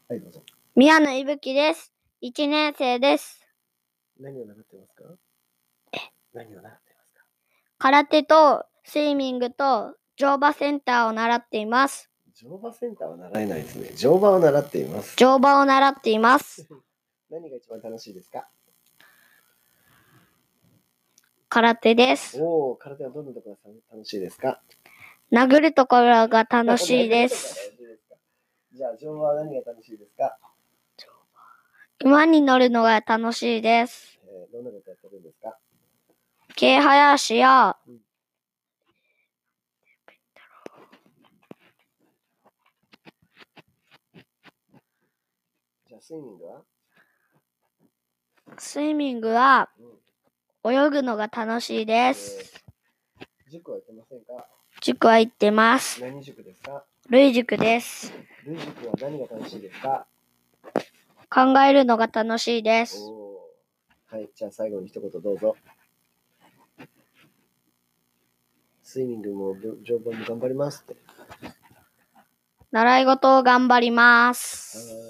はい、どうぞ。 宮野いぶきです。1年生です。 何を習ってますか？何を習ってますか？ 空手とスイミングと乗馬センターを習っています。 乗馬センターは習えないですね。乗馬を習っています。 乗馬を習っています。 何が一番楽しいですか？ 空手です。 おー、空手はどんなところが楽しいですか？ 殴るところが楽しいで殴るところが楽す。 しいですか？じゃあ、乗馬は何が楽しいですか？ 馬に乗るのが楽しいです。 どんなことやってるんですか？ 軽林や、 じゃあ、スイミングは？ スイミングは泳ぐのが楽しいです。 塾は行ってませんか？ 塾は行ってます。 何塾ですか？ 類塾です。 類塾は何が楽しいですか？ 考えるのが楽しいです。 はい、じゃあ最後に一言どうぞ。スイミングも乗馬も頑張りますって。 習い事を頑張ります。